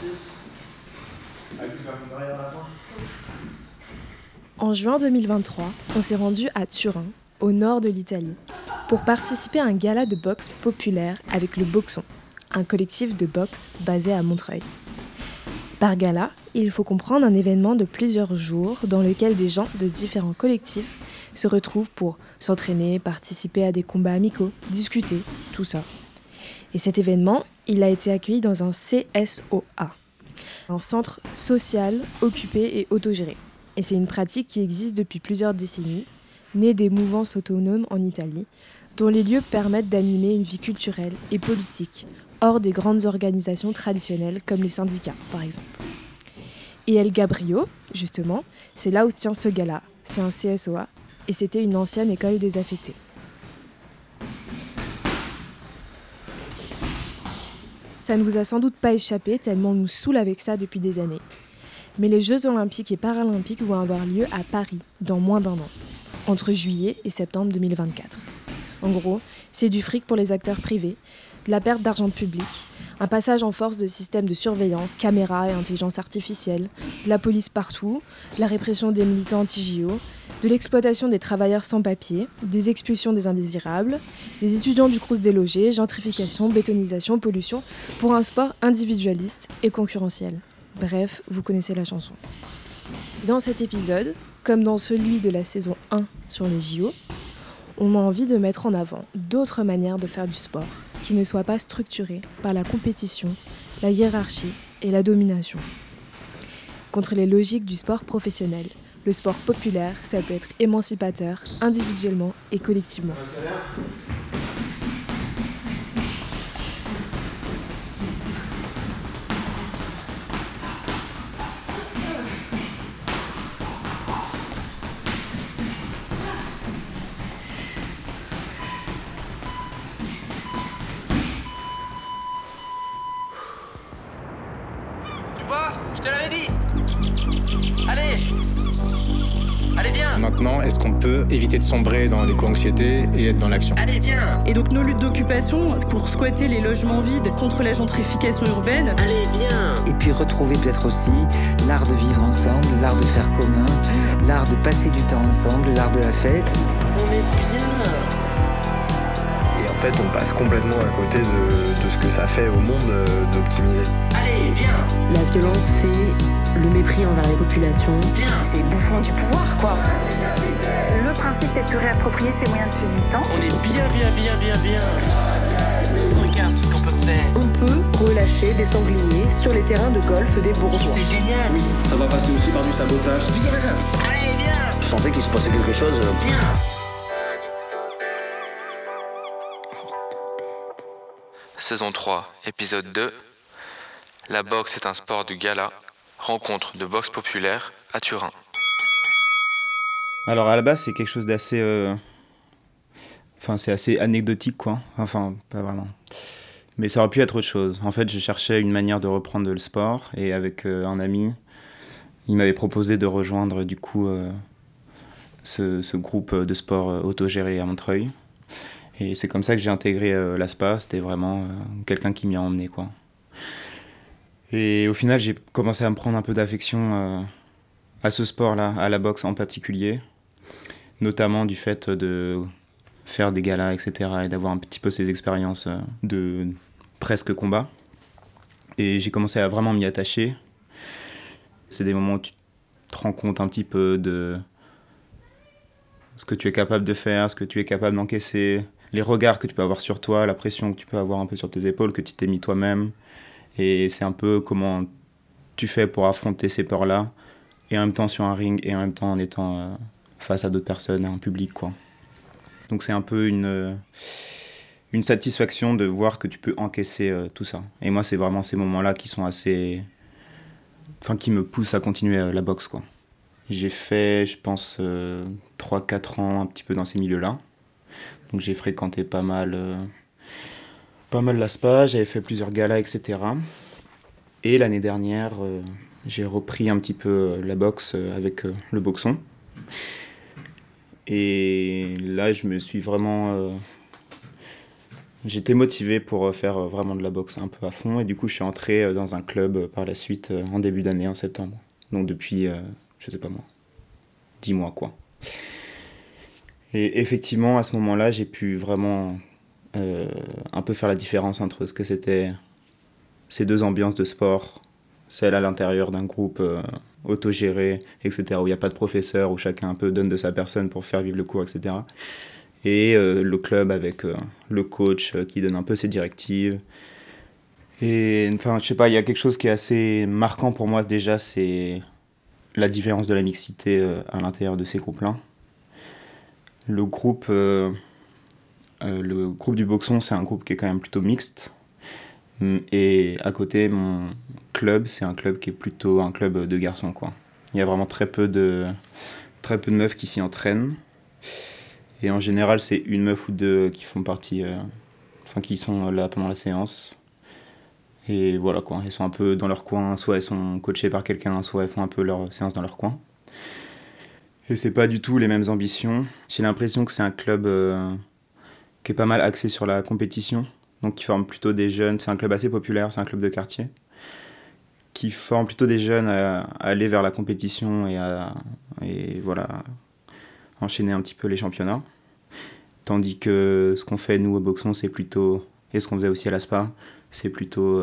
En juin 2023, on s'est rendu à Turin, au nord de l'Italie, pour participer à un gala de boxe populaire avec le Boxon, un collectif de boxe basé à Montreuil. Par gala, il faut comprendre un événement de plusieurs jours dans lequel des gens de différents collectifs se retrouvent pour s'entraîner, participer à des combats amicaux, discuter, tout ça. Et cet événement, il a été accueilli dans un CSOA, un centre social, occupé et autogéré. Et c'est une pratique qui existe depuis plusieurs décennies, née des mouvances autonomes en Italie, dont les lieux permettent d'animer une vie culturelle et politique, hors des grandes organisations traditionnelles comme les syndicats, par exemple. Et El Gabrio, justement, c'est là où tient ce gala. C'est un CSOA, et c'était une ancienne école désaffectée. Ça ne vous a sans doute pas échappé, tellement on nous saoule avec ça depuis des années. Mais les Jeux Olympiques et Paralympiques vont avoir lieu à Paris, dans moins d'1 an, entre juillet et septembre 2024. En gros, c'est du fric pour les acteurs privés, de la perte d'argent public, un passage en force de systèmes de surveillance, caméras et intelligence artificielle, de la police partout, de la répression des militants anti-JO, de l'exploitation des travailleurs sans papier, des expulsions des indésirables, des étudiants du Crous délogés, gentrification, bétonisation, pollution, pour un sport individualiste et concurrentiel. Bref, vous connaissez la chanson. Dans cet épisode, comme dans celui de la saison 1 sur les JO, on a envie de mettre en avant d'autres manières de faire du sport qui ne soient pas structurées par la compétition, la hiérarchie et la domination. Contre les logiques du sport professionnel, le sport populaire, ça peut être émancipateur, individuellement et collectivement. Je te l'avais dit. Allez, viens. Maintenant, est-ce qu'on peut éviter de sombrer dans l'éco-anxiété et être dans l'action ? Allez, viens. Et donc nos luttes d'occupation pour squatter les logements vides contre la gentrification urbaine. Allez, viens. Et puis retrouver peut-être aussi l'art de vivre ensemble, l'art de faire commun, l'art de passer du temps ensemble, l'art de la fête. On est bien. Et en fait, on passe complètement à côté de ce que ça fait au monde d'optimiser. Allez, viens. La violence, c'est le mépris envers les populations. Viens. C'est bouffon du pouvoir, quoi. Le principe, c'est de se réapproprier ses moyens de subsistance. On est bien. Regarde tout ce qu'on peut faire. On peut relâcher des sangliers sur les terrains de golf des bourgeois. C'est génial. Oui, ça va passer aussi par du sabotage. Viens. Allez, viens. Je sentais qu'il se passait quelque chose. Viens. Saison 3, épisode 2. La boxe est un sport de gala. Rencontre de boxe populaire à Turin. Alors à la base, c'est quelque chose d'assez... c'est assez anecdotique, quoi. Enfin, pas vraiment. Mais ça aurait pu être autre chose. En fait, je cherchais une manière de reprendre le sport. Et avec un ami, il m'avait proposé de rejoindre, du coup, ce groupe de sport autogéré à Montreuil. Et c'est comme ça que j'ai intégré l'ASPA. C'était vraiment quelqu'un qui m'y a emmené, quoi. Et au final, j'ai commencé à me prendre un peu d'affection à ce sport-là, à la boxe en particulier, notamment du fait de faire des galas, etc., et d'avoir un petit peu ces expériences de presque combat. Et j'ai commencé à vraiment m'y attacher. C'est des moments où tu te rends compte un petit peu de ce que tu es capable de faire, ce que tu es capable d'encaisser, les regards que tu peux avoir sur toi, la pression que tu peux avoir un peu sur tes épaules, que tu t'es mis toi-même. Et c'est un peu comment tu fais pour affronter ces peurs-là, et en même temps sur un ring, et en même temps en étant face à d'autres personnes, à un public, quoi. Donc c'est un peu une satisfaction de voir que tu peux encaisser tout ça. Et moi, c'est vraiment ces moments-là qui sont assez... qui me poussent à continuer la boxe, quoi. J'ai fait, je pense, 3-4 ans un petit peu dans ces milieux-là. Donc j'ai fréquenté pas mal l'ASPA, j'avais fait plusieurs galas, etc. Et l'année dernière, j'ai repris un petit peu la boxe avec le Boxon. Et là, je me suis vraiment j'étais motivé pour faire vraiment de la boxe un peu à fond. Et du coup, je suis entré dans un club par la suite en début d'année, en septembre. Donc depuis, je sais pas moi, 10 mois quoi. Et effectivement, à ce moment-là, j'ai pu vraiment un peu faire la différence entre ce que c'était ces deux ambiances de sport, celle à l'intérieur d'un groupe autogéré, etc., où il n'y a pas de professeur, où chacun un peu donne de sa personne pour faire vivre le cours, etc. Et le club avec le coach qui donne un peu ses directives. Et enfin, je sais pas, il y a quelque chose qui est assez marquant pour moi déjà, c'est la différence de la mixité à l'intérieur de ces groupes-là. Le groupe du boxon, c'est un groupe qui est quand même plutôt mixte. Et à côté, mon club, c'est un club qui est plutôt un club de garçons, quoi. Il y a vraiment très peu de meufs qui s'y entraînent. Et en général, c'est une meuf ou deux qui font partie, qui sont là pendant la séance. Et voilà, quoi. Elles sont un peu dans leur coin, soit elles sont coachées par quelqu'un, soit elles font un peu leur séance dans leur coin. Et c'est pas du tout les mêmes ambitions. J'ai l'impression que c'est un club qui est pas mal axé sur la compétition. Donc qui forme plutôt des jeunes, c'est un club assez populaire, c'est un club de quartier, qui forme plutôt des jeunes à aller vers la compétition et voilà, enchaîner un petit peu les championnats. Tandis que ce qu'on fait nous au boxon, c'est plutôt, et ce qu'on faisait aussi à l'ASPA, c'est plutôt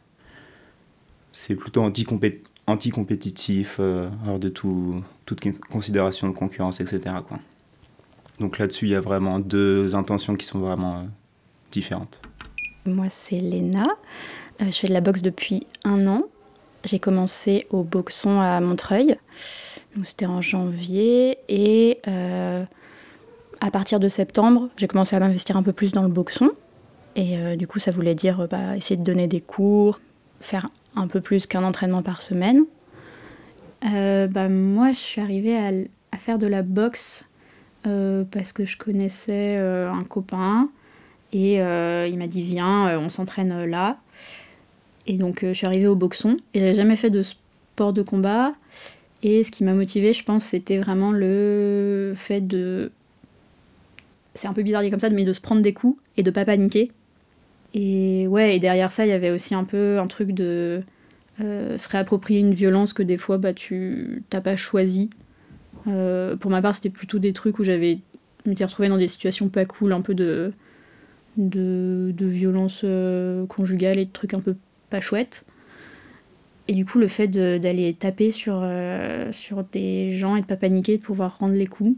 anti-compétitif, hors de toute considération de concurrence, etc., quoi. Donc là-dessus, il y a vraiment deux intentions qui sont vraiment différentes. Moi, c'est Léna. Je fais de la boxe depuis 1 an. J'ai commencé au boxon à Montreuil. Donc, c'était en janvier. Et à partir de septembre, j'ai commencé à m'investir un peu plus dans le boxon. Et du coup, ça voulait dire essayer de donner des cours, faire un peu plus qu'un entraînement par semaine. Moi, je suis arrivée à faire de la boxe parce que je connaissais un copain. Et il m'a dit, viens, on s'entraîne là. Et donc, je suis arrivée au boxon. Et j'avais jamais fait de sport de combat. Et ce qui m'a motivée, je pense, c'était vraiment le fait de... C'est un peu bizarre dit comme ça, mais de se prendre des coups et de pas paniquer. Et ouais, et derrière ça, il y avait aussi un peu un truc de se réapproprier une violence que des fois, tu t'as pas choisi. Pour ma part, c'était plutôt des trucs où je m'étais retrouvée dans des situations pas cool, un peu de violence conjugale et de trucs un peu pas chouettes. Et du coup, le fait d'aller taper sur des gens et de pas paniquer, de pouvoir rendre les coups,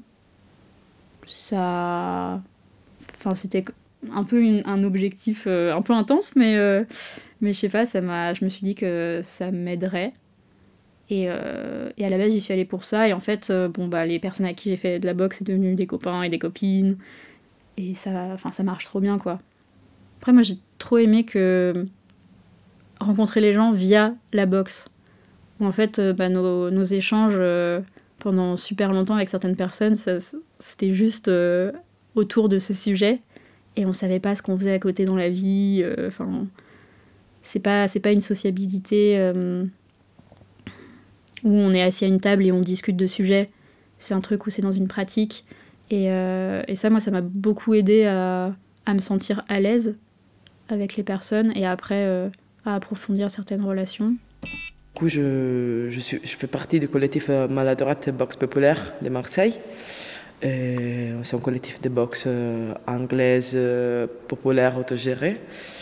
ça... Enfin, c'était un peu un objectif un peu intense, mais je sais pas, je me suis dit que ça m'aiderait. Et à la base, j'y suis allée pour ça. Et en fait, les personnes à qui j'ai fait de la boxe, c'est devenu des copains et des copines. Et ça marche trop bien, quoi. Après, moi, j'ai trop aimé rencontrer les gens via la boxe. Où en fait, nos échanges pendant super longtemps avec certaines personnes, c'était juste autour de ce sujet. Et on savait pas ce qu'on faisait à côté dans la vie. C'est pas une sociabilité où on est assis à une table et on discute de sujets. C'est un truc où c'est dans une pratique. Et ça, moi, ça m'a beaucoup aidée à me sentir à l'aise avec les personnes et après à approfondir certaines relations. Du coup, je fais partie du collectif Maladroite Boxe Populaire de Marseille. C'est un collectif de boxe anglaise populaire autogérée.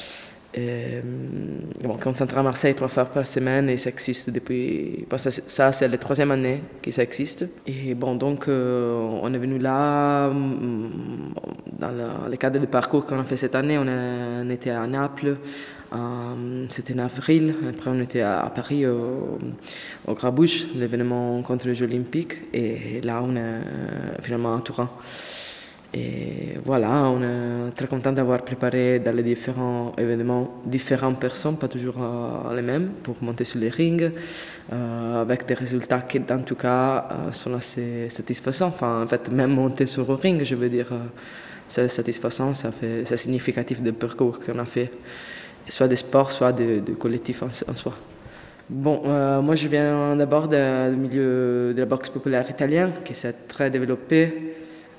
On s'entraîne à Marseille 3 fois par semaine et ça existe depuis... Ça, c'est la 3e année que ça existe. Et donc on est venu là, dans le cadre du parcours qu'on a fait cette année, on était à Naples, c'était en avril, après on était à Paris, au Grabouche, l'événement contre les Jeux Olympiques, et là on est finalement à Turin. Et voilà, on est très content d'avoir préparé dans les différents événements différentes personnes, pas toujours les mêmes, pour monter sur les rings, avec des résultats qui, en tout cas, sont assez satisfaisants. Enfin, en fait, même monter sur le ring, je veux dire, c'est satisfaisant, c'est significatif du parcours qu'on a fait, soit des sports, soit du collectif en soi. Moi, je viens d'abord du milieu de la boxe populaire italienne, qui s'est très développée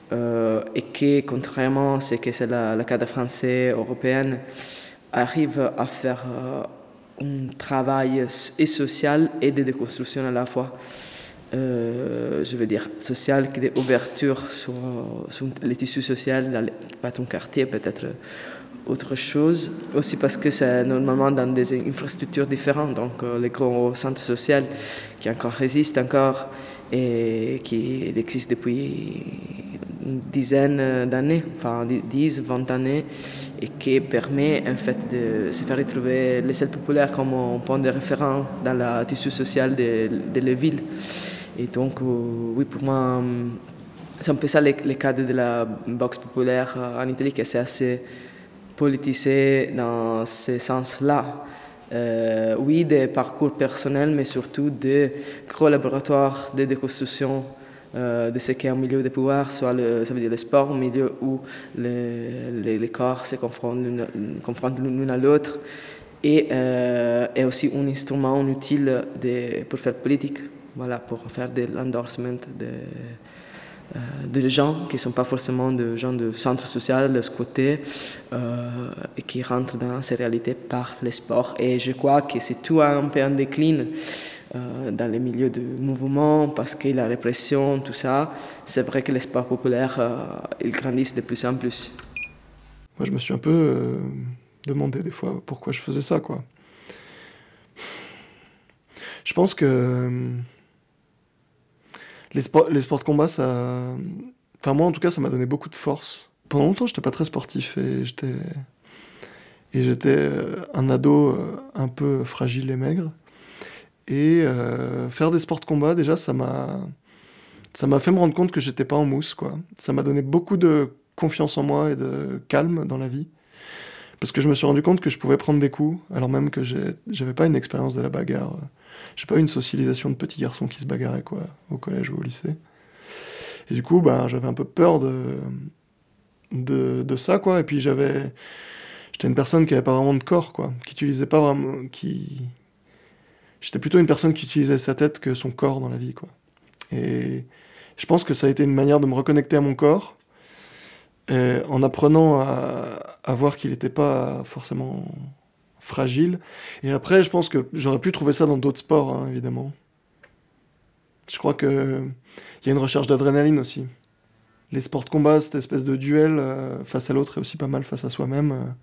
et que, contrairement à ce que c'est le cadre français, européen, arrive à faire un travail et social et de déconstruction à la fois. Je veux dire, social, qui est d'ouverture sur les tissus sociaux, pas ton quartier, peut-être autre chose. Aussi parce que c'est normalement dans des infrastructures différentes, donc les gros centres sociaux qui encore résistent encore et qui existent depuis une dizaine d'années, enfin 10, 20 années, et qui permet en fait de se faire retrouver les salles populaires comme un point de référence dans le tissu social de la ville. Et donc, oui, pour moi, c'est un peu ça le cadre de la boxe populaire en Italie, que c'est assez politisé dans ce sens-là. Oui, des parcours personnels, mais surtout des gros laboratoires de déconstruction de ce qu'est un milieu de pouvoir, soit ça veut dire le sport, un milieu où les corps se confrontent l'un à l'autre, et aussi un instrument utile pour faire politique, voilà, pour faire de l'endorsement de gens qui ne sont pas forcément des gens de centre social, de ce côté, et qui rentrent dans ces réalités par le sport. Et je crois que c'est tout un peu en déclin dans les milieux du mouvement, parce que la répression, tout ça, c'est vrai que les sports populaires, ils grandissent de plus en plus. Moi, je me suis un peu demandé des fois pourquoi je faisais ça, quoi. Je pense que les sports de combat, ça... Enfin, moi, en tout cas, ça m'a donné beaucoup de force. Pendant longtemps, j'étais pas très sportif et j'étais un ado un peu fragile et maigre. Et faire des sports de combat, déjà, ça m'a fait me rendre compte que j'étais pas en mousse, quoi. Ça m'a donné beaucoup de confiance en moi et de calme dans la vie. Parce que je me suis rendu compte que je pouvais prendre des coups, alors même que j'avais pas une expérience de la bagarre. J'ai pas eu une socialisation de petits garçons qui se bagarraient, quoi, au collège ou au lycée. Et du coup, j'avais un peu peur de ça, quoi. Et puis j'étais une personne qui avait pas vraiment de corps, quoi, qui utilisait pas vraiment, j'étais plutôt une personne qui utilisait sa tête que son corps dans la vie, quoi. Et je pense que ça a été une manière de me reconnecter à mon corps, en apprenant à voir qu'il n'était pas forcément fragile. Et après, je pense que j'aurais pu trouver ça dans d'autres sports, hein, évidemment. Je crois qu'il y a une recherche d'adrénaline aussi. Les sports de combat, cette espèce de duel face à l'autre et aussi pas mal face à soi-même,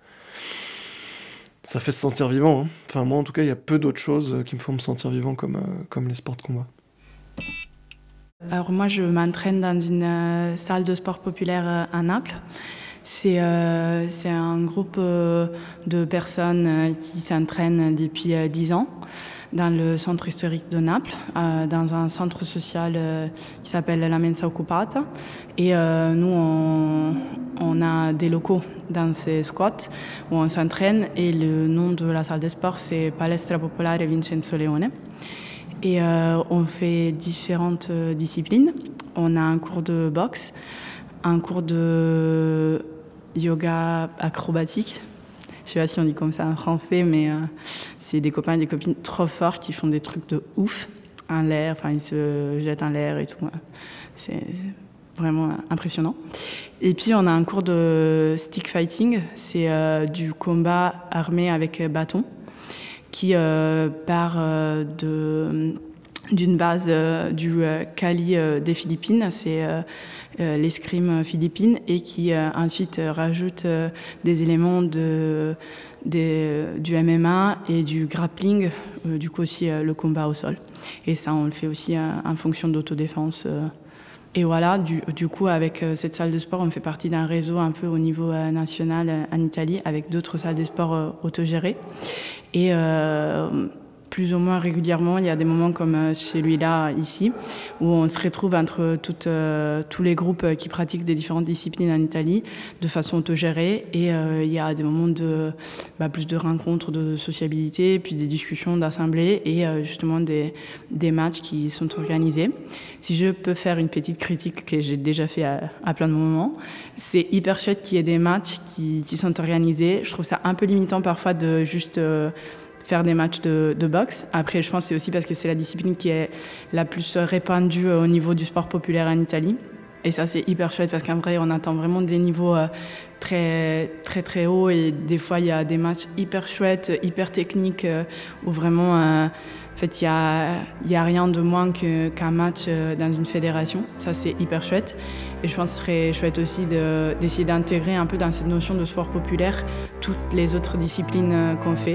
ça fait se sentir vivant, hein. Enfin, moi, en tout cas, il y a peu d'autres choses qui me font me sentir vivant comme les sports de combat. Alors moi, je m'entraîne dans une salle de sport populaire à Naples. C'est un groupe de personnes qui s'entraînent depuis 10 ans dans le centre historique de Naples, dans un centre social qui s'appelle la Mensa Occupata. Et nous, on a des locaux dans ces squats où on s'entraîne. Et le nom de la salle de sport, c'est Palestra Popolare Vincenzo Leone. Et on fait différentes disciplines. On a un cours de boxe, un cours de yoga acrobatique. Je ne sais pas si on dit comme ça en français, mais c'est des copains et des copines trop forts qui font des trucs de ouf en l'air. Enfin, ils se jettent en l'air et tout. C'est vraiment impressionnant. Et puis, on a un cours de stick fighting. C'est du combat armé avec bâton, qui part d'une base du Cali des Philippines, c'est l'escrime philippine, et qui ensuite rajoute des éléments du MMA et du grappling, du coup aussi le combat au sol. Et ça, on le fait aussi en fonction d'autodéfense. Et voilà, du coup, avec cette salle de sport, on fait partie d'un réseau un peu au niveau national en Italie, avec d'autres salles de sport autogérées. Et plus ou moins régulièrement, il y a des moments comme celui-là, ici, où on se retrouve entre tous les groupes qui pratiquent des différentes disciplines en Italie de façon autogérée. Et il y a des moments de plus de rencontres, de sociabilité, puis des discussions, d'assemblées, et justement des matchs qui sont organisés. Si je peux faire une petite critique que j'ai déjà fait à plein de moments, c'est hyper chouette qu'il y ait des matchs qui sont organisés. Je trouve ça un peu limitant parfois de juste faire des matchs de boxe. Après, je pense que c'est aussi parce que c'est la discipline qui est la plus répandue au niveau du sport populaire en Italie. Et ça, c'est hyper chouette parce qu'en vrai, on atteint vraiment des niveaux très, très, très hauts. Et des fois, il y a des matchs hyper chouettes, hyper techniques, où vraiment, en fait, il y a rien de moins qu'un match dans une fédération. Ça, c'est hyper chouette. Et je pense que ce serait chouette aussi d'essayer d'intégrer un peu dans cette notion de sport populaire toutes les autres disciplines qu'on fait.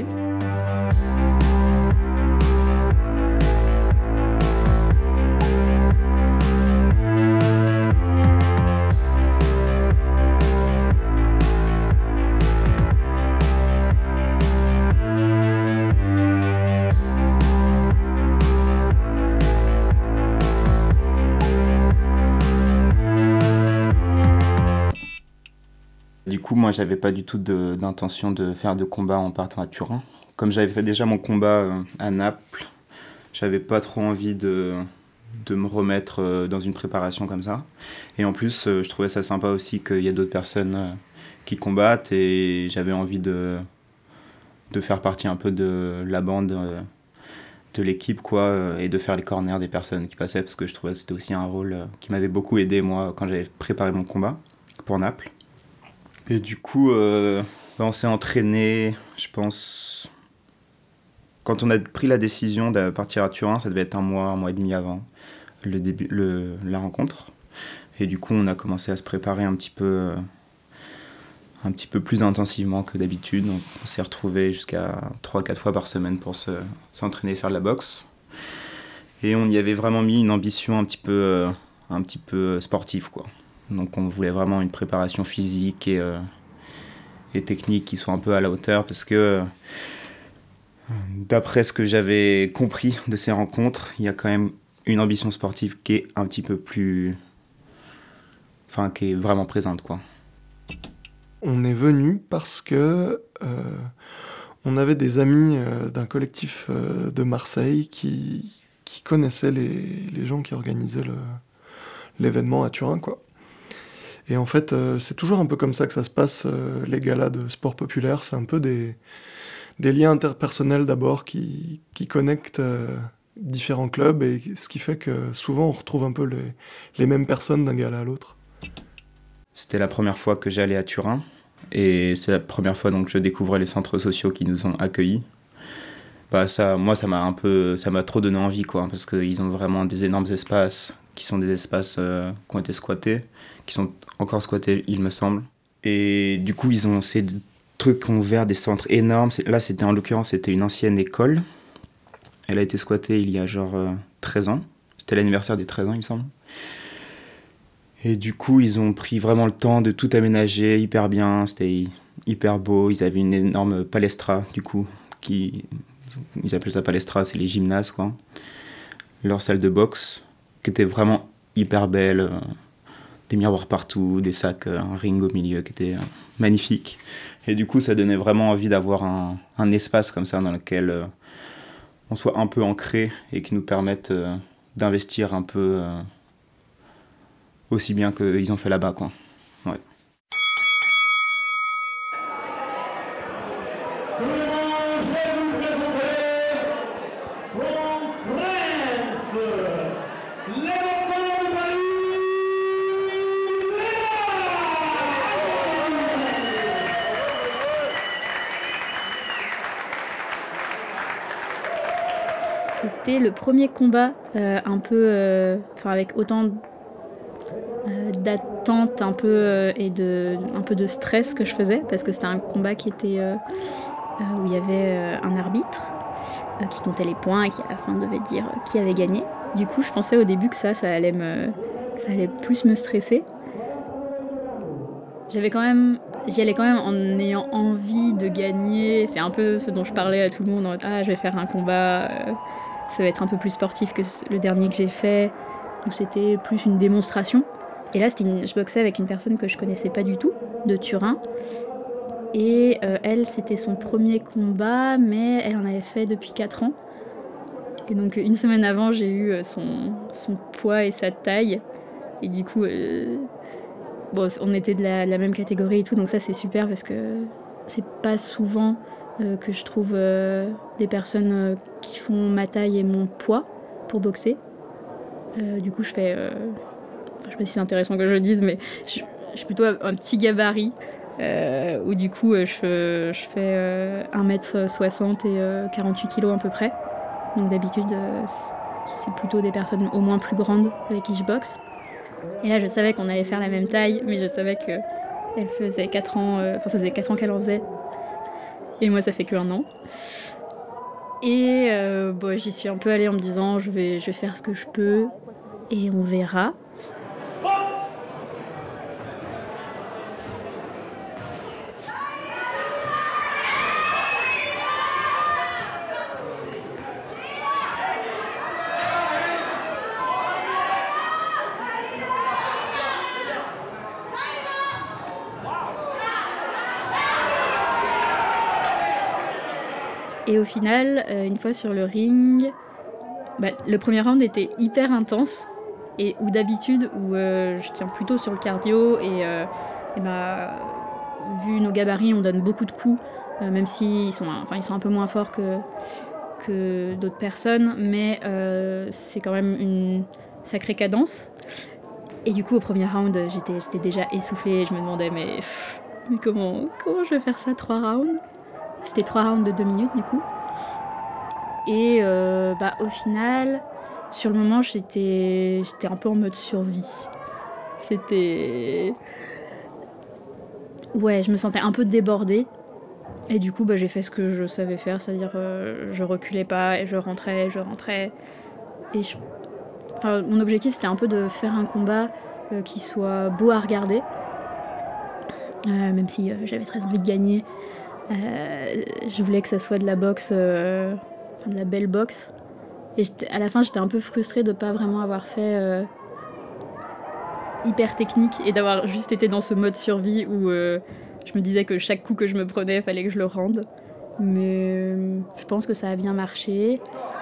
Du coup, moi, j'avais pas du tout d'intention de faire de combat en partant à Turin. Comme j'avais fait déjà mon combat à Naples, j'avais pas trop envie de me remettre dans une préparation comme ça. Et en plus, je trouvais ça sympa aussi qu'il y a d'autres personnes qui combattent et j'avais envie de faire partie un peu de la bande, de l'équipe, quoi, et de faire les corners des personnes qui passaient parce que je trouvais que c'était aussi un rôle qui m'avait beaucoup aidé, moi, quand j'avais préparé mon combat pour Naples. Et du coup, on s'est entraîné, je pense... Quand on a pris la décision de partir à Turin, ça devait être un mois et demi avant la rencontre. Et du coup, on a commencé à se préparer un petit peu plus intensivement que d'habitude. Donc, on s'est retrouvés jusqu'à 3-4 fois par semaine pour s'entraîner et faire de la boxe. Et on y avait vraiment mis une ambition un petit peu sportive, quoi. Donc on voulait vraiment une préparation physique et technique qui soit un peu à la hauteur parce que d'après ce que j'avais compris de ces rencontres, il y a quand même une ambition sportive qui est un petit peu plus... Enfin, qui est vraiment présente, quoi. On est venu parce que on avait des amis d'un collectif de Marseille qui connaissaient les gens qui organisaient l'événement à Turin, quoi. Et en fait, c'est toujours un peu comme ça que ça se passe, les galas de sport populaire. C'est un peu des liens interpersonnels d'abord qui connectent différents clubs, et ce qui fait que souvent on retrouve un peu les mêmes personnes d'un gala à l'autre. C'était la première fois que j'allais à Turin, et c'est la première fois donc, que je découvrais les centres sociaux qui nous ont accueillis. Bah, ça m'a trop donné envie, quoi, parce qu'ils ont vraiment des énormes espaces, qui sont des espaces qui ont été squattés, qui sont encore squattés, il me semble. Et du coup, ils ont ces trucs qui ont ouvert des centres énormes. Là, en l'occurrence, c'était une ancienne école. Elle a été squattée il y a genre 13 ans. C'était l'anniversaire des 13 ans, il me semble. Et du coup, ils ont pris vraiment le temps de tout aménager hyper bien. C'était hyper beau. Ils avaient une énorme palestra, du coup, ils appellent ça palestra, c'est les gymnases, quoi. Leur salle de boxe, qui était vraiment hyper belle, des miroirs partout, des sacs, un ring au milieu qui était magnifique. Et du coup, ça donnait vraiment envie d'avoir un espace comme ça dans lequel on soit un peu ancré et qui nous permette d'investir un peu aussi bien qu'ils ont fait là-bas, quoi. Ouais. C'était le premier combat un peu, avec autant d'attente un peu et un peu de stress que je faisais, parce que c'était un combat qui était où il y avait un arbitre qui comptait les points et qui à la fin devait dire qui avait gagné. Du coup, je pensais au début que ça allait plus me stresser. J'y allais quand même en ayant envie de gagner. C'est un peu ce dont je parlais à tout le monde. Je vais faire un combat, ça va être un peu plus sportif que le dernier que j'ai fait, où c'était plus une démonstration. Et là, je boxais avec une personne que je connaissais pas du tout, de Turin. Et elle, c'était son premier combat, mais elle en avait fait depuis 4 ans. Et donc, une semaine avant, j'ai eu son poids et sa taille. Et du coup... on était de la même catégorie et tout, donc ça c'est super parce que c'est pas souvent que je trouve des personnes qui font ma taille et mon poids pour boxer. Du coup je fais je sais pas si c'est intéressant que je le dise, mais je suis plutôt un petit gabarit, où du coup je fais 1m60 et 48 kg à peu près. Donc d'habitude c'est plutôt des personnes au moins plus grandes avec qui je boxe. Et là je savais qu'on allait faire la même taille, mais je savais qu'elle faisait 4 ans, ça faisait 4 ans qu'elle en faisait. Et moi ça fait que 1 an. Et j'y suis un peu allée en me disant je vais faire ce que je peux et on verra. Et au final, une fois sur le ring, le premier round était hyper intense. Et où d'habitude, où je tiens plutôt sur le cardio et vu nos gabarits, on donne beaucoup de coups, même s'ils sont un peu moins forts que d'autres personnes, mais c'est quand même une sacrée cadence. Et du coup, au premier round, j'étais déjà essoufflée et je me demandais mais comment je vais faire ça 3 rounds ? C'était 3 rounds de 2 minutes du coup. Et au final, sur le moment, j'étais un peu en mode survie. Je me sentais un peu débordée. Et du coup, j'ai fait ce que je savais faire, c'est-à-dire je reculais pas et je rentrais. Et mon objectif, c'était un peu de faire un combat qui soit beau à regarder. Même si j'avais très envie de gagner. Je voulais que ça soit de la boxe, de la belle boxe. Et à la fin, j'étais un peu frustrée de ne pas vraiment avoir fait hyper technique et d'avoir juste été dans ce mode survie où je me disais que chaque coup que je me prenais, il fallait que je le rende. Mais je pense que ça a bien marché.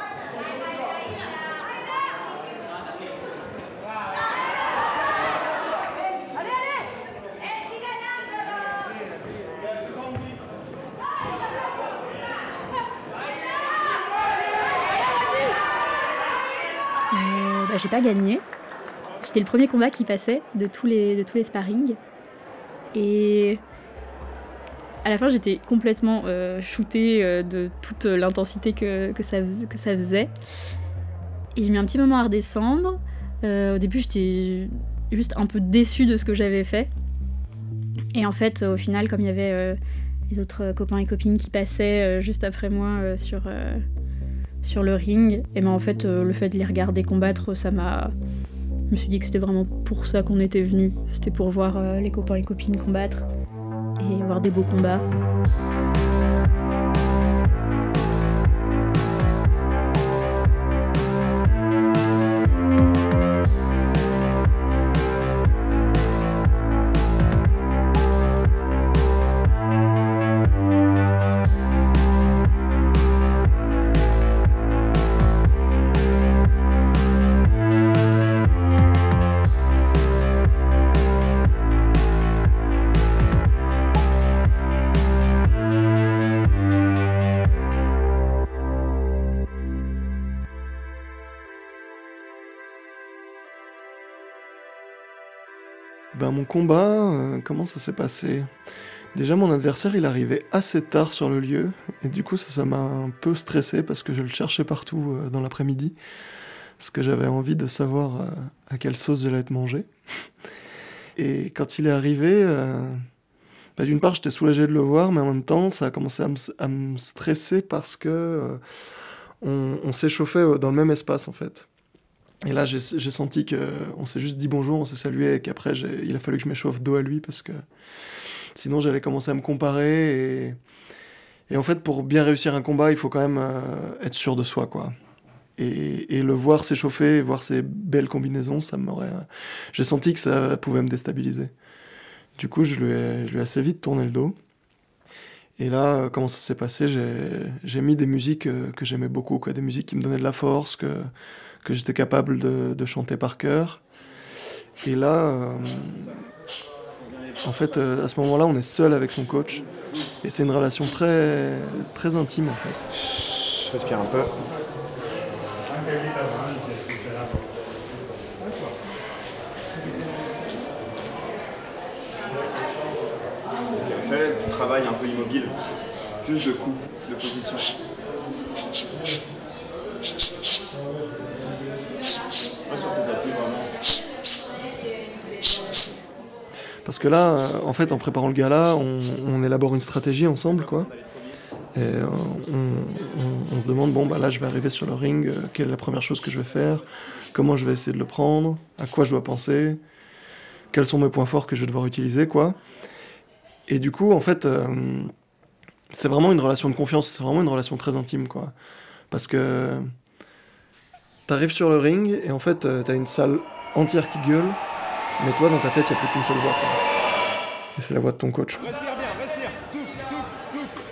J'ai pas gagné. C'était le premier combat qui passait de tous les sparring. Et à la fin, j'étais complètement shootée de toute l'intensité que ça faisait. Et j'ai mis un petit moment à redescendre. Au début, j'étais juste un peu déçue de ce que j'avais fait. Et en fait, au final, comme il y avait les autres copains et copines qui passaient juste après moi sur le ring, et en fait le fait de les regarder combattre, je me suis dit que c'était vraiment pour ça qu'on était venus. C'était pour voir les copains et copines combattre et voir des beaux combats. Mon combat, comment ça s'est passé ? Déjà, mon adversaire, il arrivait assez tard sur le lieu, et du coup, ça m'a un peu stressé parce que je le cherchais partout dans l'après-midi, parce que j'avais envie de savoir à quelle sauce j'allais être mangé. Et quand il est arrivé, d'une part, j'étais soulagé de le voir, mais en même temps, ça a commencé à me stresser parce que on s'échauffait dans le même espace, en fait. Et là, j'ai senti qu'on s'est juste dit bonjour, on s'est salué, et qu'après, il a fallu que je m'échauffe dos à lui, parce que sinon, j'allais commencer à me comparer. Et en fait, pour bien réussir un combat, il faut quand même être sûr de soi, quoi. Et le voir s'échauffer, voir ses belles combinaisons, j'ai senti que ça pouvait me déstabiliser. Du coup, je lui ai assez vite tourné le dos. Et là, comment ça s'est passé ? J'ai mis des musiques que j'aimais beaucoup, quoi, des musiques qui me donnaient de la force, que j'étais capable de chanter par cœur. Et là, en fait, à ce moment-là, on est seul avec son coach. Et c'est une relation très, très intime, en fait. Je respire un peu. vrai, du travail un peu immobile, juste de coups, de position. Parce que là, en fait, en préparant le gala, on élabore une stratégie ensemble, quoi. Et on se demande, bon, bah là, je vais arriver sur le ring, quelle est la première chose que je vais faire, comment je vais essayer de le prendre, à quoi je dois penser, quels sont mes points forts que je vais devoir utiliser, quoi. Et du coup, en fait, c'est vraiment une relation de confiance, c'est vraiment une relation très intime, quoi. Parce que t'arrives sur le ring, et en fait, t'as une salle entière qui gueule, mais toi, dans ta tête, il n'y a plus qu'une seule voix, quoi. Et c'est la voix de ton coach. Respire bien, respire, souffle, souffle, souffle.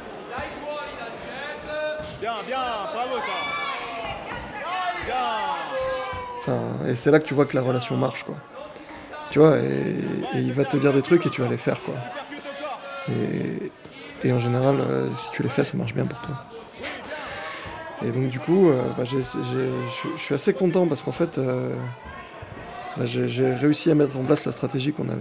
Bien, bravo ça. Bien. Enfin, et c'est là que tu vois que la relation marche, quoi. Tu vois, et il va te dire des trucs et tu vas les faire, quoi. Et en général, si tu les fais, ça marche bien pour toi. Et donc du coup, je suis assez content parce qu'en fait, j'ai réussi à mettre en place la stratégie qu'on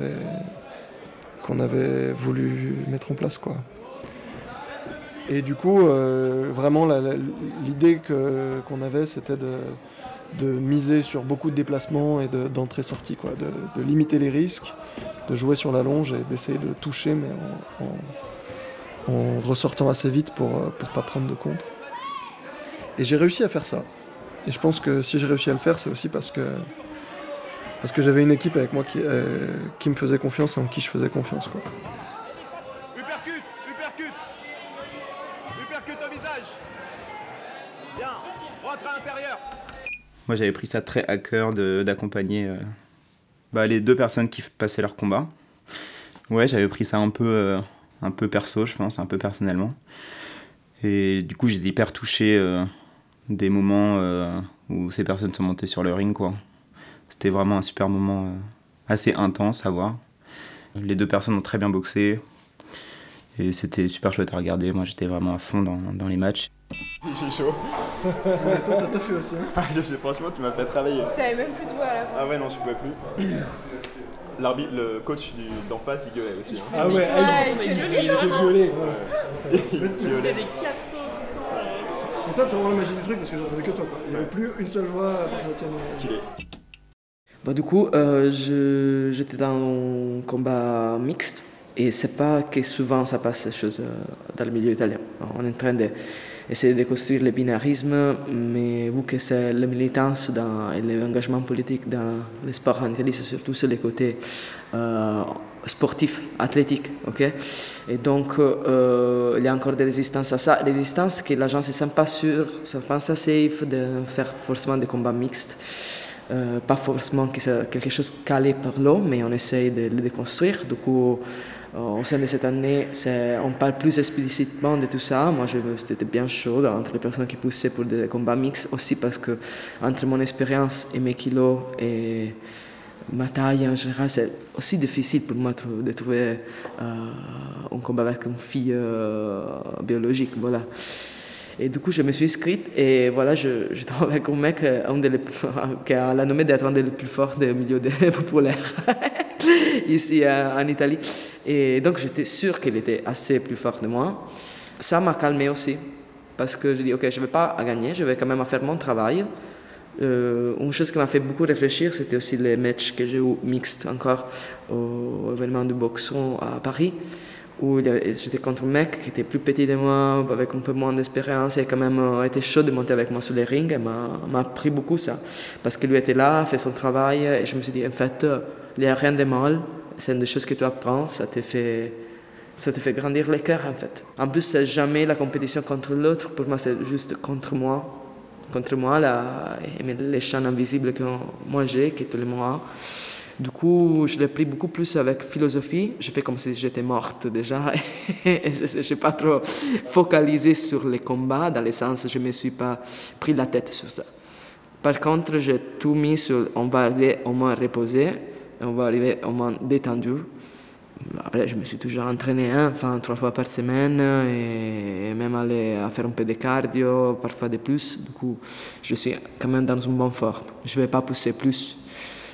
avait voulu mettre en place, quoi. Et du coup, vraiment, l'idée qu'on avait, c'était de miser sur beaucoup de déplacements et d'entrée-sortie, quoi, de limiter les risques, de jouer sur la longe et d'essayer de toucher, mais en ressortant assez vite pour pas prendre de contre. Et j'ai réussi à faire ça. Et je pense que si j'ai réussi à le faire, c'est aussi parce que j'avais une équipe avec moi qui me faisait confiance et en qui je faisais confiance, quoi. Uppercut au visage. Bien, rentre à l'intérieur. Moi, j'avais pris ça très à cœur d'accompagner les 2 personnes qui passaient leur combat. Ouais, j'avais pris ça un peu perso, je pense, un peu personnellement. Et du coup, j'étais hyper touché des moments où ces personnes sont montées sur le ring, quoi. C'était vraiment un super moment assez intense à voir. Les 2 personnes ont très bien boxé et c'était super chouette à regarder. Moi, j'étais vraiment à fond dans les matchs. J'ai chaud. Ouais, toi, t'as taffé aussi, hein. Ah, franchement, tu m'as fait travailler. T'avais même plus de voix à la fin. Ah ouais, non, je pouvais plus. L'arbitre, le coach d'en face, il gueulait aussi. Ah ouais, il gueulait. Il faisait des 4 sauts tout le temps. Et ça, c'est vraiment la magie du truc parce que j'entendais que toi, quoi. Il n'y avait plus une seule voix à part la tienne. Stylé. Du coup, j'étais dans un combat mixte et c'est pas que souvent ça passe ces choses dans le milieu italien. On est en train d'essayer de construire le binarisme, mais vu que c'est la militance et l'engagement politique dans les sports en Italie, c'est surtout sur les côtés sportifs, athlétiques, ok? Et donc, il y a encore des résistances à ça. Résistances que les gens ne se sentent pas sûrs, ne se sentent pas safe de faire forcément des combats mixtes. Pas forcément que c'est quelque chose calé par l'eau, mais on essaye de le déconstruire. Du coup, au sein de cette année, on parle plus explicitement de tout ça. Moi, c'était bien chaud entre les personnes qui poussaient pour des combats mixtes, aussi parce que entre mon expérience et mes kilos et ma taille en général, c'est aussi difficile pour moi de trouver un combat avec une fille biologique, voilà. Et du coup, je me suis inscrite et voilà, je tombe avec un mec qui a la nommé d'être un des plus forts des milieux populaires ici en Italie. Et donc, j'étais sûre qu'il était assez plus fort de moi. Ça m'a calmé aussi parce que je dis, ok, je ne vais pas gagner, je vais quand même faire mon travail. Une chose qui m'a fait beaucoup réfléchir, c'était aussi les matchs que j'ai eu mixtes encore au événement de boxon à Paris, où j'étais contre un mec qui était plus petit de moi, avec un peu moins d'expérience, et quand même été chaud de monter avec moi sur les rings. Et m'a appris beaucoup ça, parce que lui était là, fait son travail, et je me suis dit, en fait, il n'y a rien de mal, c'est une des choses que tu apprends, ça te fait grandir le cœur, en fait. En plus, c'est jamais la compétition contre l'autre, pour moi, c'est juste contre moi, les champs invisibles que moi j'ai, que tout le monde a. Du coup, je l'ai pris beaucoup plus avec philosophie. Je fais comme si j'étais morte déjà. Et je ne suis pas trop focalisée sur les combats, dans le sens je ne me suis pas pris la tête sur ça. Par contre, j'ai tout mis sur on va arriver au moins reposé, on va arriver au moins détendu. Après, je me suis toujours entraîné 3 fois par semaine et même aller à faire un peu de cardio, parfois de plus. Du coup, je suis quand même dans une bonne forme. Je ne vais pas pousser plus.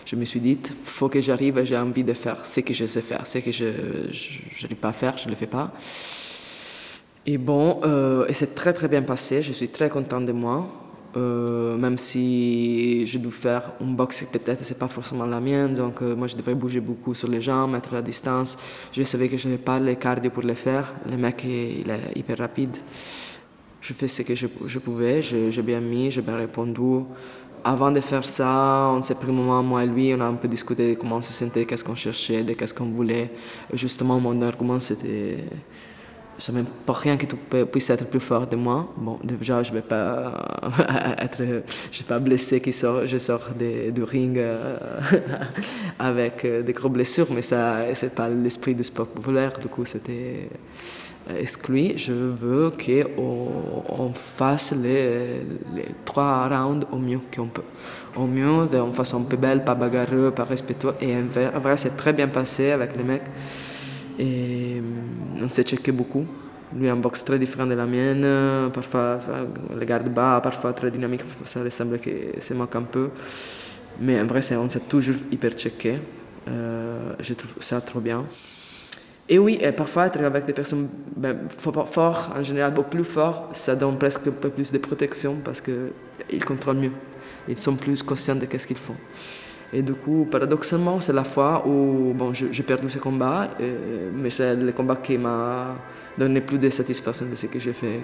je me suis dit, il faut que j'arrive, j'ai envie de faire ce que je sais faire, ce que je n'arrive pas à faire, je ne le fais pas. Et bon, et c'est très très bien passé, je suis très content de moi. Même si je dois faire une boxe, peut-être c'est pas forcément la mienne, donc moi je devrais bouger beaucoup sur les jambes, mettre la distance. Je savais que je n'avais pas le cardio pour le faire. Le mec il est hyper rapide. Je fais ce que je pouvais, j'ai bien mis, j'ai bien répondu. Avant de faire ça, on s'est pris un moment, moi et lui, on a un peu discuté de comment on se sentait, qu'est-ce qu'on cherchait, de qu'est-ce qu'on voulait. Et justement, mon argument c'était. Je ne sais même pas rien que tu puisses être plus fort de moi. Bon, déjà, je ne vais pas je vais pas blessé je sors du ring avec des gros blessures, mais ça, c'est pas l'esprit du sport populaire. Du coup, c'était exclu. Je veux qu'on fasse les 3 rounds au mieux qu'on peut. Au mieux, d'une façon un peu belle, pas bagarreux, pas respectueux. Et en vrai, c'est très bien passé avec les mecs. Et on s'est checké beaucoup. Lui a un box très différent de la mienne, parfois le garde bas, parfois très dynamique, parfois ça semble que ça manque un peu. Mais en vrai, on s'est toujours hyper checké. Je trouve ça trop bien. Et oui, et parfois être avec des personnes fortes, en général beaucoup plus fortes, ça donne presque un peu plus de protection parce qu'ils contrôlent mieux. Ils sont plus conscients de ce qu'ils font. Et du coup, paradoxalement, c'est la fois où j'ai perdu ce combat, mais c'est le combat qui m'a donné plus de satisfaction de ce que j'ai fait.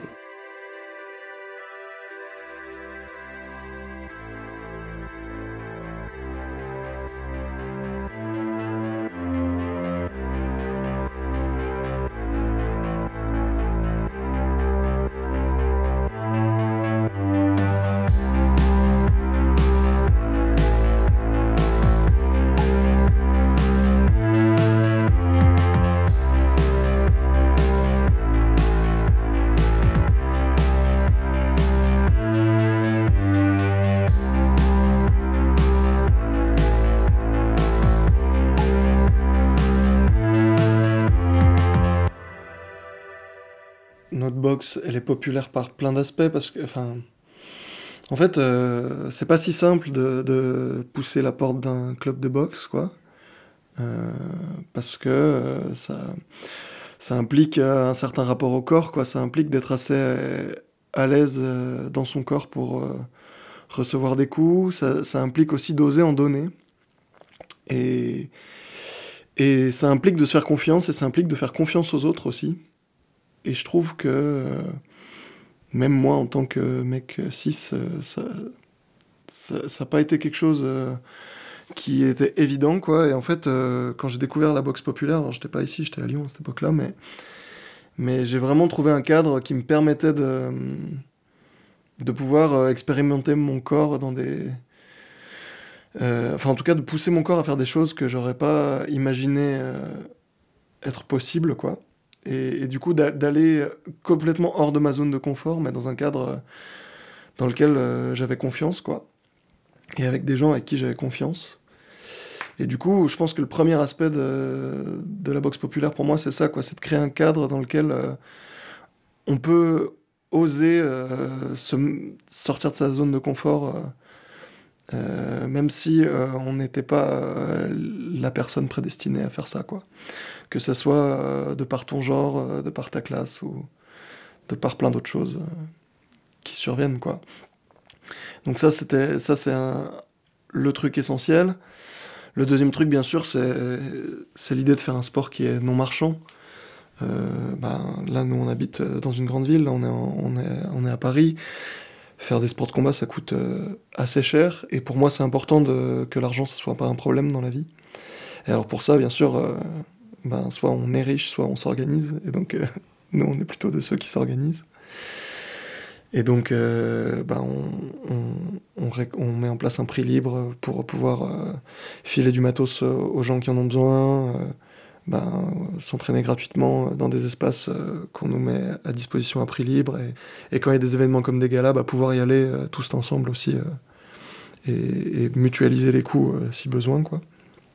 Notre boxe, elle est populaire par plein d'aspects parce que, en fait, c'est pas si simple de pousser la porte d'un club de boxe, quoi. Parce que ça implique un certain rapport au corps, quoi. Ça implique d'être assez à l'aise dans son corps pour recevoir des coups. Ça implique aussi d'oser en donner. Et ça implique de se faire confiance et ça implique de faire confiance aux autres aussi. Et je trouve que même moi, en tant que mec cis, ça n'a pas été quelque chose qui était évident, quoi. Et en fait, quand j'ai découvert la boxe populaire, alors j'étais pas ici, j'étais à Lyon à cette époque-là, mais j'ai vraiment trouvé un cadre qui me permettait de pouvoir expérimenter mon corps dans des... en tout cas, de pousser mon corps à faire des choses que j'aurais pas imaginé être possibles, quoi. Et du coup, d'aller complètement hors de ma zone de confort, mais dans un cadre dans lequel j'avais confiance, quoi. Et avec des gens avec qui j'avais confiance. Et du coup, je pense que le premier aspect de la boxe populaire, pour moi, c'est ça, quoi. C'est de créer un cadre dans lequel on peut oser sortir de sa zone de confort, même si on n'était pas la personne prédestinée à faire ça, quoi. Que ce soit de par ton genre, de par ta classe ou de par plein d'autres choses qui surviennent, quoi. Donc ça, c'est le truc essentiel. Le deuxième truc, bien sûr, c'est l'idée de faire un sport qui est non marchand. Là, nous, on habite dans une grande ville, là, on est à Paris. Faire des sports de combat, ça coûte assez cher. Et pour moi, c'est important que l'argent, ça soit pas un problème dans la vie. Et alors pour ça, bien sûr... soit on est riche, soit on s'organise. Et donc, nous, on est plutôt de ceux qui s'organisent. Et donc, on met en place un prix libre pour pouvoir filer du matos aux gens qui en ont besoin, s'entraîner gratuitement dans des espaces qu'on nous met à disposition à prix libre. Et quand il y a des événements comme des galas, pouvoir y aller tous ensemble aussi et mutualiser les coûts si besoin, quoi.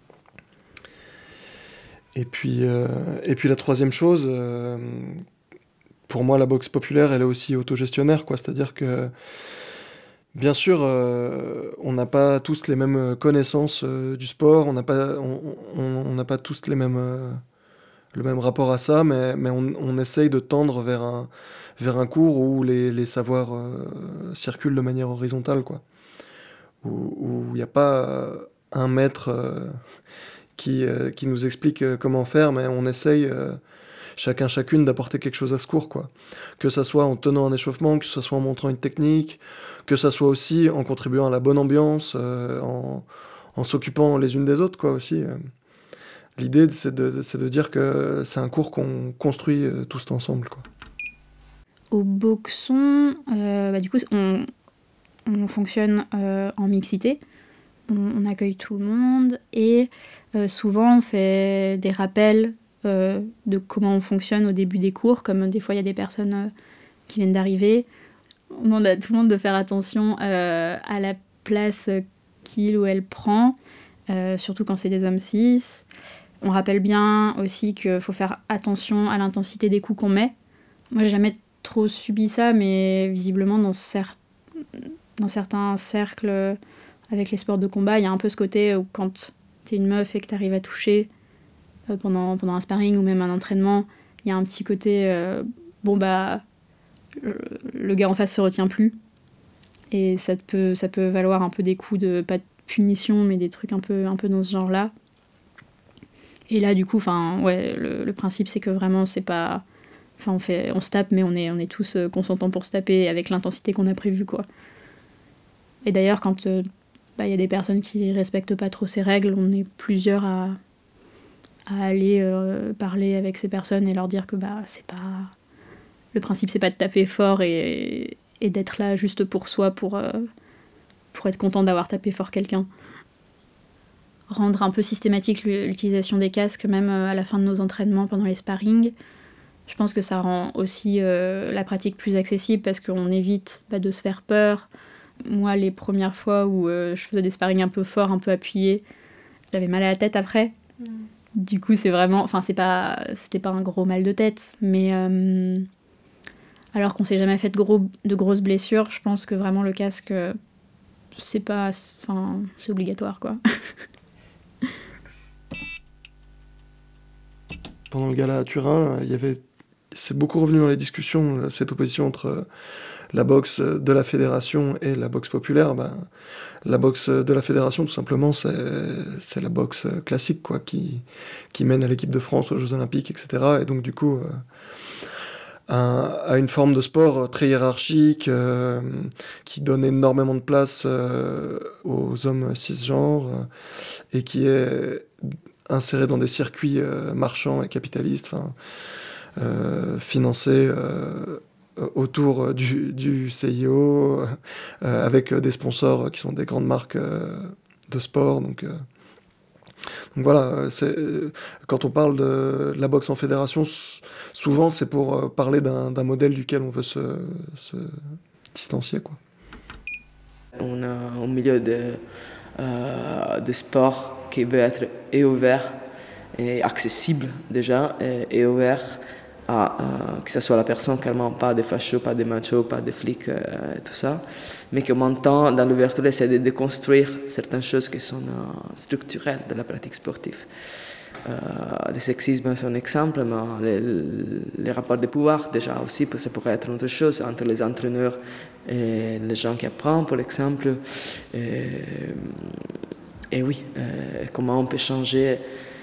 Et puis la troisième chose, pour moi, la boxe populaire, elle est aussi autogestionnaire, quoi. C'est-à-dire que Bien sûr, on n'a pas tous les mêmes connaissances du sport, on n'a pas tous le même rapport à ça, mais on essaye de tendre vers un cours où les savoirs circulent de manière horizontale, quoi. Où il n'y a pas un maître qui nous explique comment faire, mais on essaye chacune d'apporter quelque chose à ce cours, quoi. Que ça soit en tenant un échauffement, que ce soit en montrant une technique, que ça soit aussi en contribuant à la bonne ambiance, en s'occupant les unes des autres, quoi, aussi. L'idée, c'est de dire que c'est un cours qu'on construit tous ensemble, quoi. Au Boxon, du coup, on fonctionne en mixité. On accueille tout le monde et souvent on fait des rappels de comment on fonctionne au début des cours, comme des fois il y a des personnes qui viennent d'arriver. On demande à tout le monde de faire attention à la place qu'il ou elle prend, surtout quand c'est des hommes cis. On rappelle bien aussi qu'il faut faire attention à l'intensité des coups qu'on met. Moi j'ai jamais trop subi ça, mais visiblement dans certains cercles avec les sports de combat, il y a un peu ce côté où quand t'es une meuf et que t'arrives à toucher pendant un sparring ou même un entraînement, il y a un petit côté le gars en face se retient plus et ça peut valoir un peu des coups de, pas de punition, mais des trucs un peu dans ce genre là. Et là du coup le principe c'est que vraiment c'est pas, on se tape, mais on est tous consentants pour se taper avec l'intensité qu'on a prévue, quoi. Et d'ailleurs quand y a des personnes qui respectent pas trop ces règles, on est plusieurs à aller parler avec ces personnes et leur dire que c'est pas, le principe c'est pas de taper fort et d'être là juste pour soi, pour être content d'avoir tapé fort quelqu'un. Rendre un peu systématique l'utilisation des casques, même à la fin de nos entraînements pendant les sparring, je pense que ça rend aussi la pratique plus accessible parce qu'on évite de se faire peur. Moi, les premières fois où je faisais des sparring un peu forts, un peu appuyés, j'avais mal à la tête après. Du coup, c'est vraiment... c'était pas un gros mal de tête, mais alors qu'on s'est jamais fait de grosses blessures, je pense que vraiment le casque, c'est obligatoire, quoi. Pendant le gala à Turin, c'est beaucoup revenu dans les discussions, cette opposition entre la boxe de la fédération et la boxe populaire. La boxe de la fédération, tout simplement, c'est la boxe classique, quoi, qui mène à l'équipe de France aux Jeux Olympiques, etc. Et donc, du coup, à une forme de sport très hiérarchique, qui donne énormément de place aux hommes cisgenres, et qui est inséré dans des circuits marchands et capitalistes, financés autour du CIO, avec des sponsors qui sont des grandes marques de sport. Donc voilà, quand on parle de la boxe en fédération, souvent c'est pour parler d'un modèle duquel on veut se distancier, quoi. On a un milieu de sport qui veut être et ouvert et accessible déjà, et ouvert à que ce soit la personne, carrément pas des fachos, pas des machos, pas des flics, tout ça, mais qu'en même temps, dans l'ouverture, c'est de déconstruire certaines choses qui sont structurelles de la pratique sportive. Le sexisme, c'est un exemple, mais les rapports de pouvoir, déjà aussi, ça pourrait être une autre chose entre les entraîneurs et les gens qui apprennent, par exemple. Et oui, comment on peut changer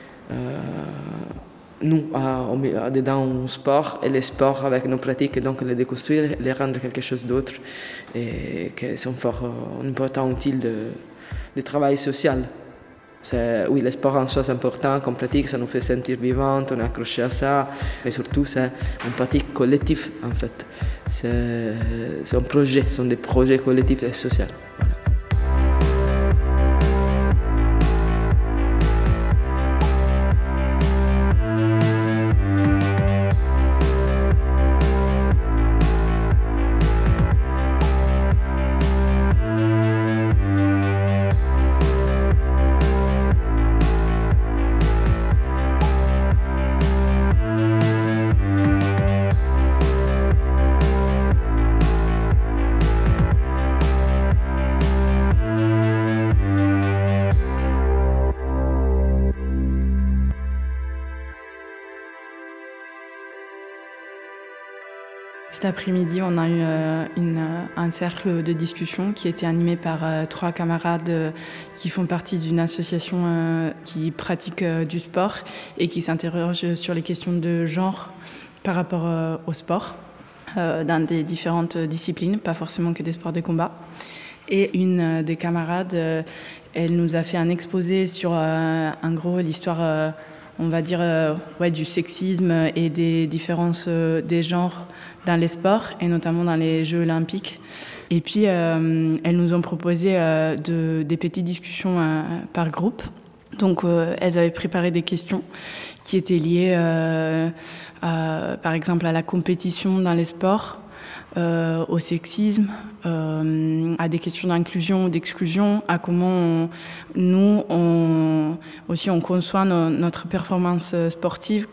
nous, dedans un sport, et les sports avec nos pratiques, et donc les déconstruire, les rendre quelque chose d'autre, et qui sont fort important, utile de travail social. Oui, le sport en soi c'est important, qu'on pratique, ça nous fait sentir vivants, on est accroché à ça, mais surtout c'est une pratique collective en fait. C'est un projet, ce sont des projets collectifs et sociaux. Voilà. Cet après-midi, on a eu un cercle de discussion qui a été animé par 3 camarades qui font partie d'une association qui pratique du sport et qui s'interroge sur les questions de genre par rapport au sport dans des différentes disciplines, pas forcément que des sports de combat. Et une des camarades, elle nous a fait un exposé sur, en gros, l'histoire, on va dire, du sexisme et des différences des genres dans les sports, et notamment dans les Jeux olympiques. Et puis, elles nous ont proposé des petites discussions par groupe. Donc, elles avaient préparé des questions qui étaient liées, par exemple, à la compétition dans les sports, au sexisme, à des questions d'inclusion ou d'exclusion, à comment on conçoit notre performance sportive,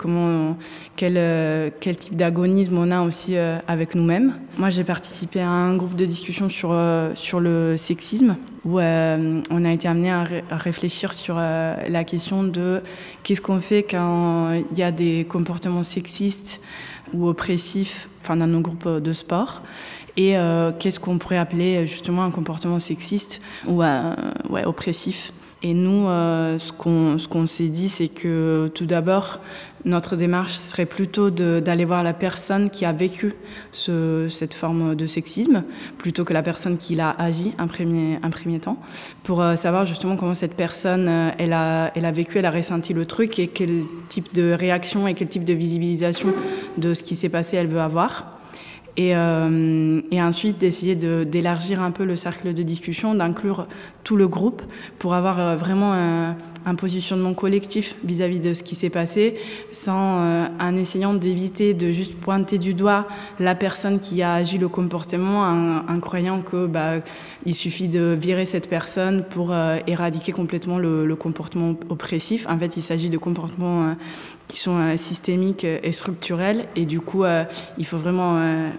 quel type d'agonisme on a aussi avec nous-mêmes. Moi, j'ai participé à un groupe de discussion sur le sexisme, où on a été amené à réfléchir sur la question de qu'est-ce qu'on fait quand il y a des comportements sexistes ou oppressifs dans nos groupes de sport, et qu'est-ce qu'on pourrait appeler justement un comportement sexiste ou oppressif. Et nous, ce qu'on s'est dit, c'est que tout d'abord, notre démarche serait plutôt d'aller voir la personne qui a vécu cette forme de sexisme, plutôt que la personne qui l'a agi un premier temps, pour savoir justement comment cette personne, elle a vécu, elle a ressenti le truc, et quel type de réaction et quel type de visibilisation de ce qui s'est passé elle veut avoir. Et ensuite d'essayer d'élargir un peu le cercle de discussion, d'inclure tout le groupe pour avoir vraiment un positionnement collectif vis-à-vis de ce qui s'est passé, en essayant d'éviter de juste pointer du doigt la personne qui a agi le comportement en croyant que il suffit de virer cette personne pour éradiquer complètement le comportement oppressif. En fait, il s'agit de comportements qui sont systémiques et structurels, et du coup il faut vraiment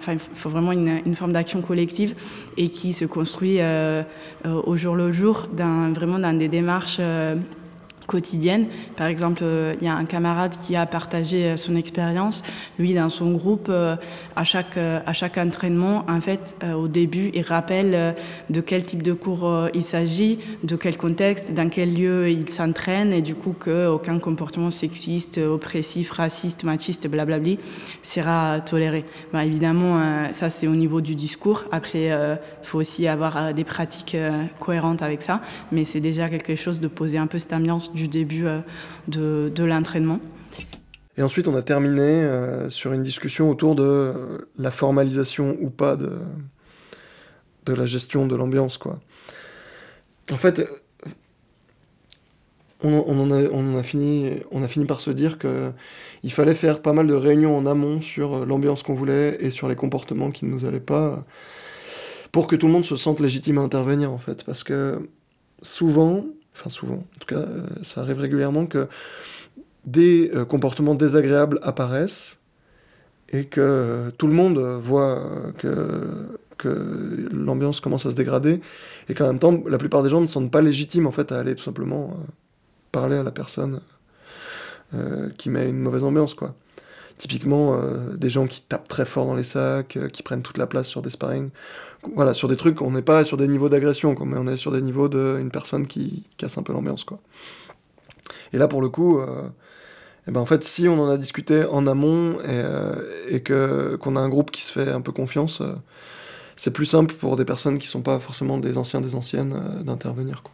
une forme d'action collective et qui se construit au jour le jour vraiment dans des démarches quotidienne. Par exemple, il y a un camarade qui a partagé son expérience. Lui, dans son groupe, à chaque entraînement, en fait, au début, il rappelle de quel type de cours il s'agit, de quel contexte, dans quel lieu il s'entraîne, et du coup qu'aucun comportement sexiste, oppressif, raciste, machiste, blablabli, sera toléré. Évidemment, ça c'est au niveau du discours. Après, il faut aussi avoir des pratiques cohérentes avec ça, mais c'est déjà quelque chose de poser un peu cette ambiance du début de l'entraînement. Et ensuite, on a terminé sur une discussion autour de la formalisation ou pas de la gestion de l'ambiance, quoi. En fait, on a fini par se dire qu'il fallait faire pas mal de réunions en amont sur l'ambiance qu'on voulait et sur les comportements qui ne nous allaient pas, pour que tout le monde se sente légitime à intervenir, en fait. Parce que souvent, en tout cas, ça arrive régulièrement que des comportements désagréables apparaissent et que tout le monde voit que l'ambiance commence à se dégrader, et qu'en même temps, la plupart des gens ne se sentent pas légitimes en fait, à aller tout simplement parler à la personne qui met une mauvaise ambiance, quoi. Typiquement, des gens qui tapent très fort dans les sacs, qui prennent toute la place sur des sparring. Voilà, sur des trucs, on n'est pas sur des niveaux d'agression, mais on est sur des niveaux d'une personne qui casse un peu l'ambiance, quoi. Et là, pour le coup, en fait, si on en a discuté en amont et qu'on a un groupe qui se fait un peu confiance, c'est plus simple pour des personnes qui ne sont pas forcément des anciens, des anciennes, d'intervenir, quoi.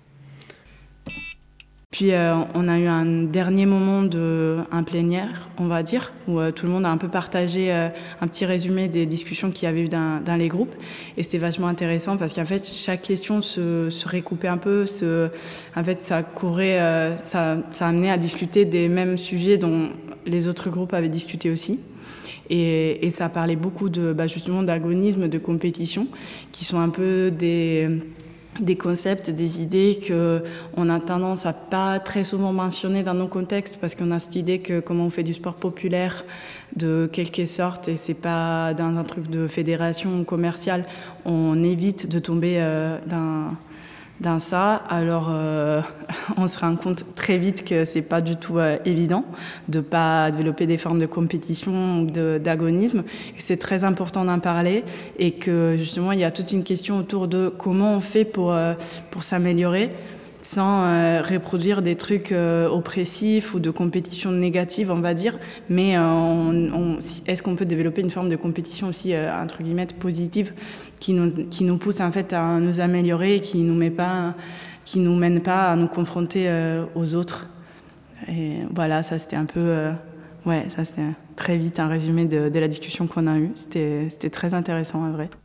Puis on a eu un dernier moment un plénière, on va dire, où tout le monde a un peu partagé un petit résumé des discussions qu'il y avait eu dans les groupes. Et c'était vachement intéressant parce qu'en fait, chaque question se recoupait un peu. En fait, ça courait, ça amenait à discuter des mêmes sujets dont les autres groupes avaient discuté aussi. Et ça parlait beaucoup justement d'agonisme, de compétition, qui sont un peu des concepts, des idées qu'on a tendance à pas très souvent mentionner dans nos contextes, parce qu'on a cette idée que comment on fait du sport populaire de quelque sorte, et c'est pas dans un truc de fédération commerciale, on évite de tomber dans ça. Alors, on se rend compte très vite que c'est pas du tout évident de pas développer des formes de compétition ou d'agonisme. C'est très important d'en parler et que justement, il y a toute une question autour de comment on fait pour s'améliorer sans reproduire des trucs oppressifs ou de compétition négative, on va dire, mais est-ce qu'on peut développer une forme de compétition aussi, entre guillemets, positive, qui nous pousse en fait à nous améliorer et qui nous mène pas à nous confronter aux autres. Et voilà, ça c'était un peu... ça c'était très vite un résumé de la discussion qu'on a eue. C'était très intéressant, en vrai.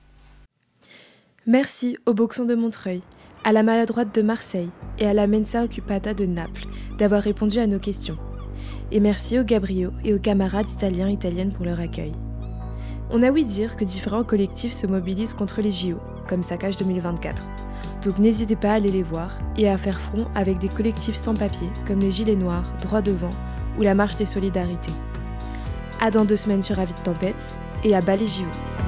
Merci au Boxon de Montreuil, à la Maladroite de Marseille et à la Mensa Occupata de Naples d'avoir répondu à nos questions. Et merci aux Gabrio et aux camarades italiens et italiennes pour leur accueil. On a ouï dire que différents collectifs se mobilisent contre les JO, comme Saccage 2024. Donc n'hésitez pas à aller les voir et à faire front avec des collectifs sans papier comme les Gilets Noirs, Droit Devant ou la Marche des Solidarités. À dans 2 semaines sur Avis de Tempête et à bas les JO.